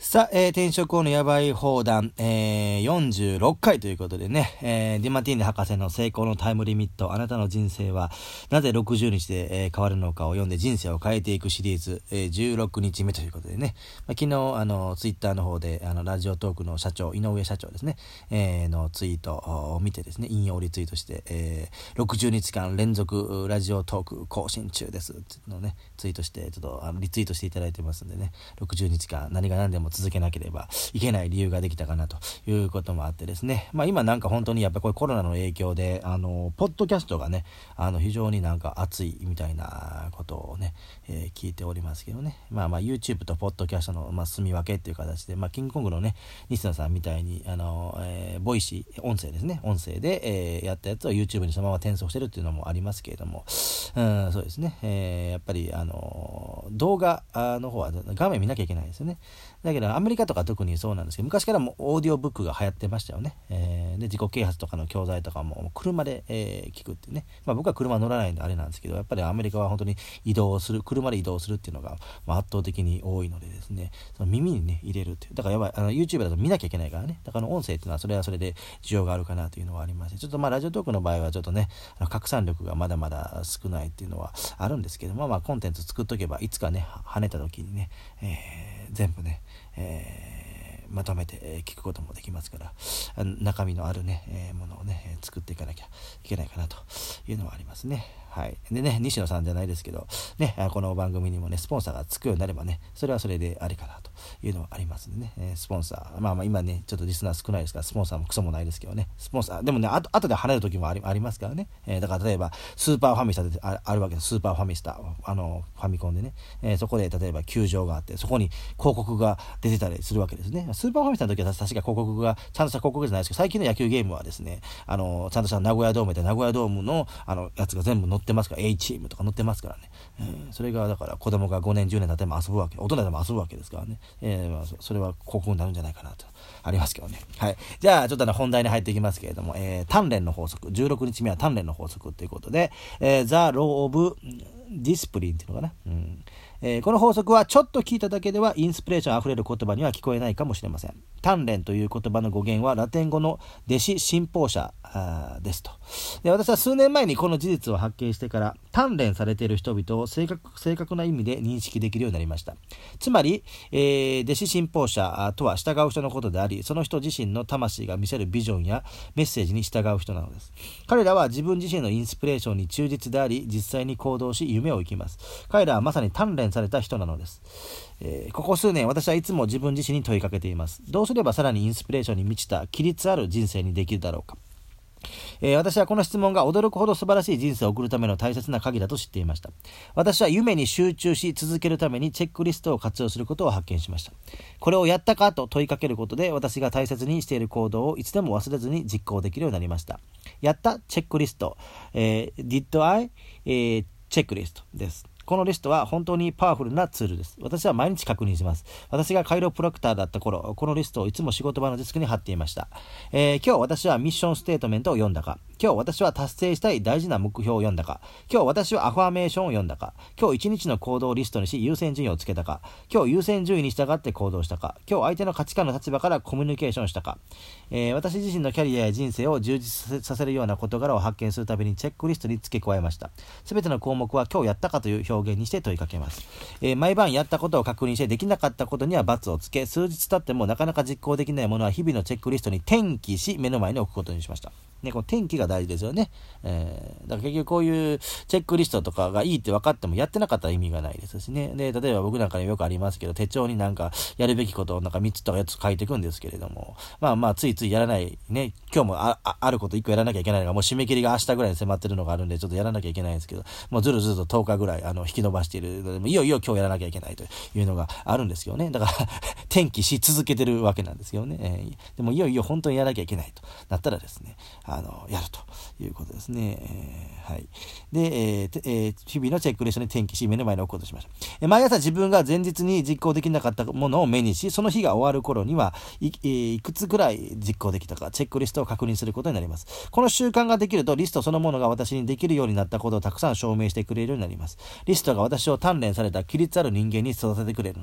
さあ、転職後のやばい放談、46回ということでね、ディマティーニ博士の成功のタイムリミット、あなたの人生はなぜ60日で、変わるのかを読んで人生を変えていくシリーズ、16日目ということでね、昨日ツイッターの方でラジオトークの社長、井上社長ですね、のツイートを見てですね、引用リツイートして、60日間連続ラジオトーク更新中ですっていうのをね、ツイートしてちょっとリツイートしていただいてますんでね、60日間何が何でも続けなければいけない理由ができたかなということもあってですね、今なんか本当にやっぱりこれコロナの影響でポッドキャストがね非常になんか熱いみたいなことをね、聞いておりますけどね、YouTube とポッドキャストの住み分けっていう形で、キングコングのね西野さんみたいにボイシー音声ですね、音声で、やったやつを YouTube にそのまま転送してるっていうのもありますけれども、そうですね、やっぱり動画の方は画面見なきゃいけないですよね。だけどアメリカとか特にそうなんですけど、昔からもオーディオブックが流行ってましたよね。で自己啓発とかの教材とかも車で、聞くっていうね、僕は車乗らないんであれなんですけど、やっぱりアメリカは本当に車で移動するっていうのが、圧倒的に多いのでですね、その耳にね入れるっていう、だからやばいYouTube だと見なきゃいけないからね、だから音声っていうのはそれはそれで需要があるかなというのはありまして、ちょっとラジオトークの場合はちょっとね拡散力がまだまだ少ないっていうのはあるんですけども、コンテンツ作っとけばいつかね跳ねた時にね、全部ね、まとめて聞くこともできますから、中身のあるね、ものをね作っていかなきゃいけないかなというのはありますね。はい。でね、西野さんじゃないですけどね、この番組にもねスポンサーがつくようになればね、それはそれでありかなというのはありますんでね、スポンサー今ねちょっとリスナー少ないですからスポンサーもクソもないですけどね、スポンサーでもね後で離れる時もありますからね、だから例えばスーパーファミスタであるわけです。スーパーファミスタファミコンでね、そこで例えば球場があってそこに広告が出てたりするわけですね。スーパーファミスタの時は確か広告がちゃんとした広告じゃないですけど、最近の野球ゲームはですねちゃんとした名古屋ドームで名古屋ドームのやつが全部載ってますから、 A チームとか載ってますからね、それがだから子供が5年10年経っても遊ぶわけ、大人でも遊ぶわけですからね、それは広告になるんじゃないかなとありますけどね。はい。じゃあちょっと本題に入っていきますけれども、鍛錬の法則、16日目は鍛錬の法則ということで、The Law of Discipline っていうのかな、この法則はちょっと聞いただけではインスピレーションあふれる言葉には聞こえないかもしれません。鍛錬という言葉の語源はラテン語の弟子信奉者ですと。で、私は数年前にこの事実を発見してから鍛錬されている人々を正確な意味で認識できるようになりました。つまり、弟子信奉者とは従う人のことであり、その人自身の魂が見せるビジョンやメッセージに従う人なのです。彼らは自分自身のインスピレーションに忠実であり、実際に行動し夢を生きます。彼らはまさに鍛錬された人なのです。ここ数年私はいつも自分自身に問いかけています。どうすればさらにインスピレーションに満ちた規律ある人生にできるだろうか。私はこの質問が驚くほど素晴らしい人生を送るための大切な鍵だと知っていました。私は夢に集中し続けるためにチェックリストを活用することを発見しました。これをやったかと問いかけることで、私が大切にしている行動をいつでも忘れずに実行できるようになりました。やったチェックリスト、Did I、チェックリストです。このリストは本当にパワフルなツールです。私は毎日確認します。私がカイロプラクターだった頃、このリストをいつも仕事場のデスクに貼っていました。今日私はミッションステートメントを読んだか、今日私は達成したい大事な目標を読んだか、今日私はアファーメーションを読んだか、今日一日の行動をリストにし優先順位をつけたか、今日優先順位に従って行動したか、今日相手の価値観の立場からコミュニケーションしたか、私自身のキャリアや人生を充実させるような事柄を発見するためにチェックリストに付け加えました。すべての項目は今日やったかという表現にして問いかけます。毎晩やったことを確認してできなかったことには×をつけ、数日経ってもなかなか実行できないものは日々のチェックリストに転記し目の前に置くことにしました。ね、この転記が大事ですよね。だから結局こういうチェックリストとかがいいって分かってもやってなかったら意味がないですしね。で、例えば僕なんかによくありますけど、手帳になんかやるべきことをなんか3つとか4つ書いていくんですけれども、ついついやらないね。今日もあること1個やらなきゃいけないのが、もう締め切りが明日ぐらいに迫ってるのがあるんで、ちょっとやらなきゃいけないんですけど、もうずるずると10日ぐらい引き延ばしているので、いよいよ今日やらなきゃいけないというのがあるんですよね。だから転記し続けてるわけなんですよね。でもいよいよ本当にやらなきゃいけないとなったらですね、やるということですね。はい。で、日々のチェックリストに転記し目の前に置くことをしました。毎朝自分が前日に実行できなかったものを目にし、その日が終わる頃にいくつくらい実行できたかチェックリストを確認することになります。この習慣ができるとリストそのものが私にできるようになったことをたくさん証明してくれるようになります。リストが私を鍛錬された規律ある人間に育ててくれるのです。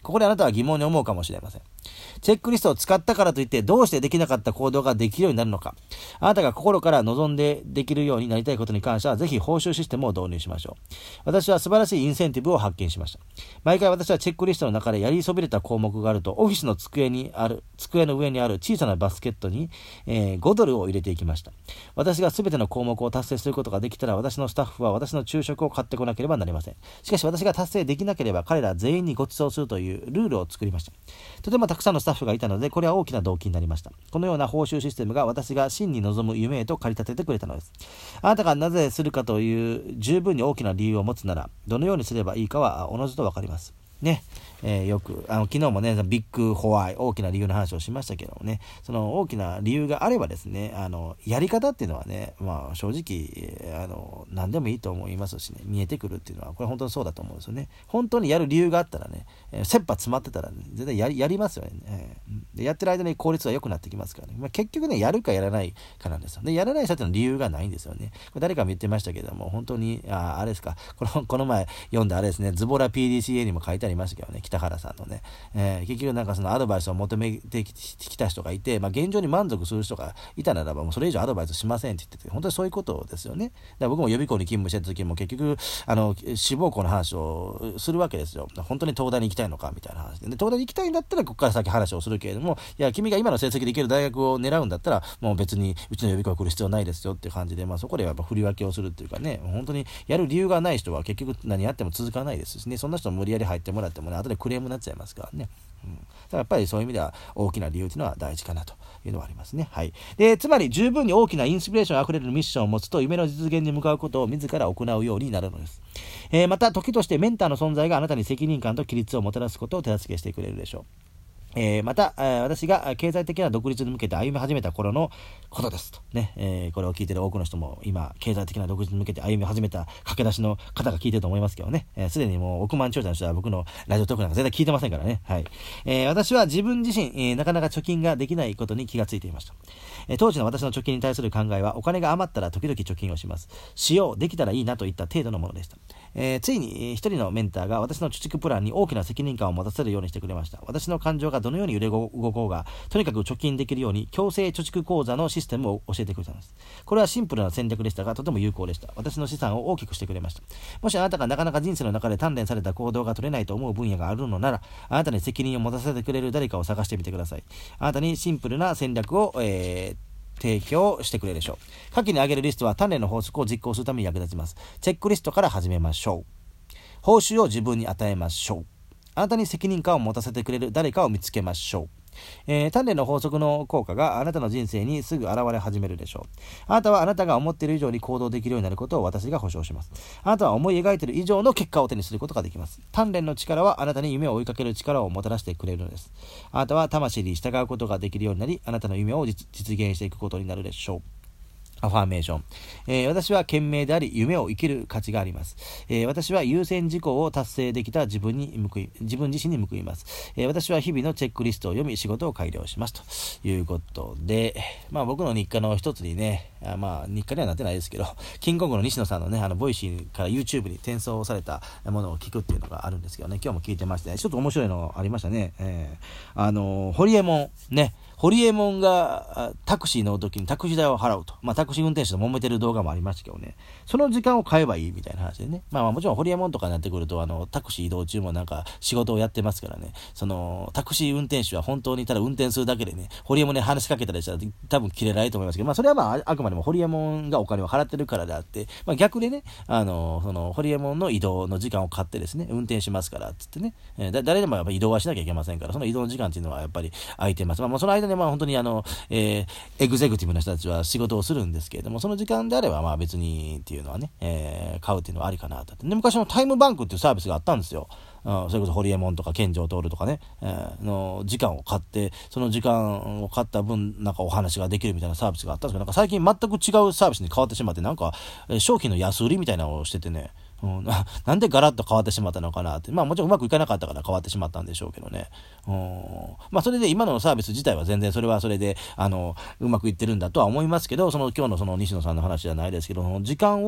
ここであなたは疑問に思うかもしれません。チェックリストを使ったからといってどうしてできなかった行動ができるようになるのか。あなたが心から望んでできるようになりたいことに関してはぜひ報酬システムを導入しましょう。私は素晴らしいインセンティブを発見しました。毎回私はチェックリストの中でやりそびれた項目があるとオフィスの机の上にある小さなバスケットに、5ドルを入れていきました。私が全ての項目を達成することができたら私のスタッフは私の昼食を買ってこなければなりません。しかし私が達成できなければ彼ら全員にご馳走するというルールを作りました。とてもたくさんのスタッフがいたのでこれは大きな動機になりました。このような報酬システムが私が真に望む夢へと駆り立ててくれたのです。あなたがなぜするかという十分に大きな理由を持つならどのようにすればいいかはおのずと分かりますね。よく昨日もねビッグホワイ大きな理由の話をしましたけどもね、その大きな理由があればですねやり方っていうのはね正直何でもいいと思いますしね、見えてくるっていうのはこれ本当にそうだと思うんですよね。本当にやる理由があったらね切羽詰まってたら、ね、絶対やりますよね、でやってる間に効率は良くなってきますからね、結局ねやるかやらないかなんですよ。でやらない人ってのは理由がないんですよね。これ誰かも言ってましたけども本当にあれですか、この前読んだあれですね、ズボラ PDCA にも書いてありましたけどね、北原さんのね、結局なんかそのアドバイスを求めてきた人がいて、現状に満足する人がいたならばもうそれ以上アドバイスしませんって言ってて、本当にそういうことですよね。だから僕も予備校に勤務してた時も結局志望校の話をするわけですよ。本当に東大に行きたいのかみたいな話で、東大に行きたいんだったらここから先話をするけれども、いや君が今の成績で行ける大学を狙うんだったらもう別にうちの予備校に来る必要ないですよっていう感じで、そこでやっぱ振り分けをするっていうかね、本当にやる理由がない人は結局何やっても続かないですしね、そんな人無理やり入ってもらってもね後でクレームになっちゃいますからね。だからやっぱりそういう意味では大きな理由というのは大事かなというのはありますね。はい。で、つまり十分に大きなインスピレーションあふれるミッションを持つと夢の実現に向かうことを自ら行うようになるのです。また時としてメンターの存在があなたに責任感と規律をもたらすことを手助けしてくれるでしょう。また、私が経済的な独立に向けて歩み始めた頃のことですとね、これを聞いている多くの人も今経済的な独立に向けて歩み始めた駆け出しの方が聞いてると思いますけどね、すでにもう億万長者の人は僕のラジオトークなんか絶対聞いてませんからね。はい。私は自分自身、なかなか貯金ができないことに気がついていました。当時の私の貯金に対する考えはお金が余ったら時々貯金をします。できたらいいなといった程度のものでした。ついに一人のメンターが私の貯蓄プランに大きな責任感を持たせるようにしてくれました。私の感情がどのように揺れ動こうがとにかく貯金できるように強制貯蓄口座のシステムを教えてくれたのです。これはシンプルな戦略でしたがとても有効でした。私の資産を大きくしてくれました。もしあなたがなかなか人生の中で鍛錬された行動が取れないと思う分野があるのなら、あなたに責任を持たせてくれる誰かを探してみてください。あなたにシンプルな戦略を、提供してくれるでしょう。下記に挙げるリストは鍛錬の法則を実行するために役立ちます。チェックリストから始めましょう。報酬を自分に与えましょう。あなたに責任感を持たせてくれる誰かを見つけましょう。鍛錬の法則の効果があなたの人生にすぐ現れ始めるでしょう。あなたはあなたが思っている以上に行動できるようになることを私が保証します。あなたは思い描いている以上の結果を手にすることができます。鍛錬の力はあなたに夢を追いかける力をもたらしてくれるのです。あなたは魂に従うことができるようになり、あなたの夢を実現していくことになるでしょう。アファーメーション、私は賢明であり夢を生きる価値があります。私は優先事項を達成できた自分自身に報います。私は日々のチェックリストを読み仕事を改良しますということで、僕の日課の一つにね、日課にはなってないですけど、キングコングの西野さんのねボイシーから YouTube に転送されたものを聞くっていうのがあるんですけどね、今日も聞いてまして、ちょっと面白いのありましたね。ホリエモンね、ホリエモンがタクシー乗るときにタクシー代を払うと。タクシー運転手と揉めてる動画もありましたけどね。その時間を買えばいいみたいな話でね。もちろんホリエモンとかになってくると、タクシー移動中もなんか仕事をやってますからね。タクシー運転手は本当にただ運転するだけでね、ホリエモンに話しかけたりしたら多分切れないと思いますけど、それはあくまでもホリエモンがお金を払ってるからであって、逆でね、ホリエモンの移動の時間を買ってですね、運転しますから、つってね。誰でもやっぱり移動はしなきゃいけませんから、その移動の時間っていうのはやっぱり空いてます。その間で本当にエグゼクティブな人たちは仕事をするんですけれども、その時間であれば別にっていうのはね、買うっていうのはありかなと。で、昔のタイムバンクっていうサービスがあったんですよ。それこそホリエモンとか健丈徹とかね、の時間を買って、その時間を買った分なんかお話ができるみたいなサービスがあったんですけど、なんか最近全く違うサービスに変わってしまって、なんか商品の安売りみたいなのをしててね、なんでガラッと変わってしまったのかなって。もちろんうまくいかなかったから変わってしまったんでしょうけどね。それで今のサービス自体は全然それはそれでうまくいってるんだとは思いますけど、今日のその西野さんの話じゃないですけど、時間を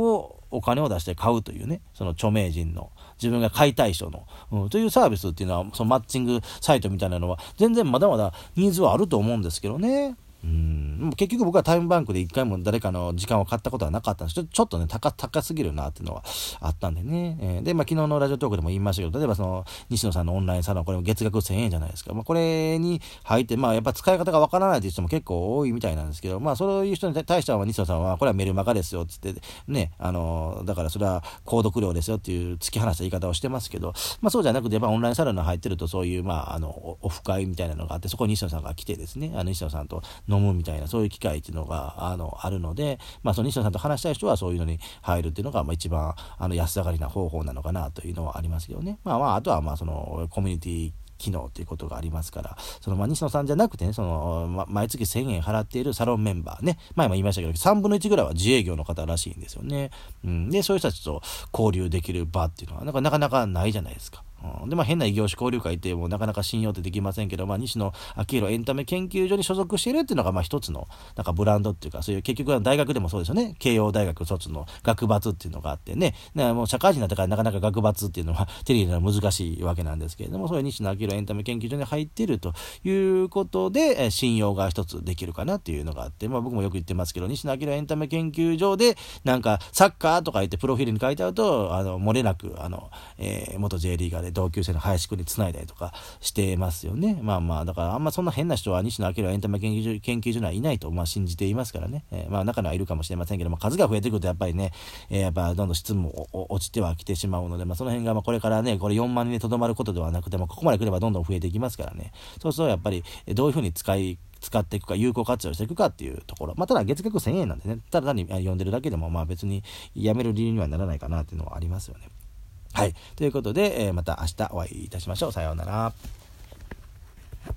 お金を出して買うというね、その著名人の、自分が買いたい人の、というサービスっていうのは、そのマッチングサイトみたいなのは、全然まだまだニーズはあると思うんですけどね。結局僕はタイムバンクで一回も誰かの時間を買ったことはなかったんです。ちょっとね、高すぎるなっていうのはあったんでね。で、昨日のラジオトークでも言いましたけど、例えばその、西野さんのオンラインサロン、これも月額1000円じゃないですか。これに入って、やっぱ使い方がわからないという人も結構多いみたいなんですけど、そういう人に対しては、西野さんは、これはメルマガですよ、つって、ね、だからそれは購読料ですよっていう突き放した言い方をしてますけど、そうじゃなくて、オンラインサロンに入ってると、そういう、オフ会みたいなのがあって、そこに西野さんが来てですね、西野さんと飲むみたいな、そういう機会っていうのがあるので、その西野さんと話したい人はそういうのに入るっていうのが一番安上がりな方法なのかなというのはありますけどね。あとはそのコミュニティ機能ということがありますから、その西野さんじゃなくてね、その、毎月1000円払っているサロンメンバーね、前も言いましたけど、3分の1ぐらいは自営業の方らしいんですよね。で、そういう人たちと交流できる場っていうのは、なかなかないじゃないですか。で、変な異業種交流会ってもうなかなか信用ってできませんけど、西野昭弘エンタメ研究所に所属しているっていうのが一つのブランドっていうか、そういう結局は大学でもそうですよね。慶応大学卒の学閥っていうのがあってね、もう社会人になってからなかなか学閥っていうのは手に入れるのは難しいわけなんですけれども、そういう西野昭弘エンタメ研究所に入っているということで、信用が一つできるかなっていうのがあって、僕もよく言ってますけど、西野昭弘エンタメ研究所でサッカーとか言ってプロフィールに書いてあると、漏れなく元 J リーガーで同級生の林くんに繋いだりとかしてますよね。だからあんまそんな変な人は西野昭弘エンタメ研究所にはいないと信じていますからね。中にはいるかもしれませんけど、数が増えてくるとやっぱりね、どんどん質も落ちてはきてしまうので、その辺がこれからね、これ4万人でとどまることではなくても、ここまで来ればどんどん増えていきますからね。そうするとやっぱりどういうふうに使っていくか、有効活用していくかっていうところ。ただ月額1000円なんでね、ただ単に読んでるだけでも別にやめる理由にはならないかなっていうのはありますよね。はい。ということで、また明日お会いいたしましょう。さようなら。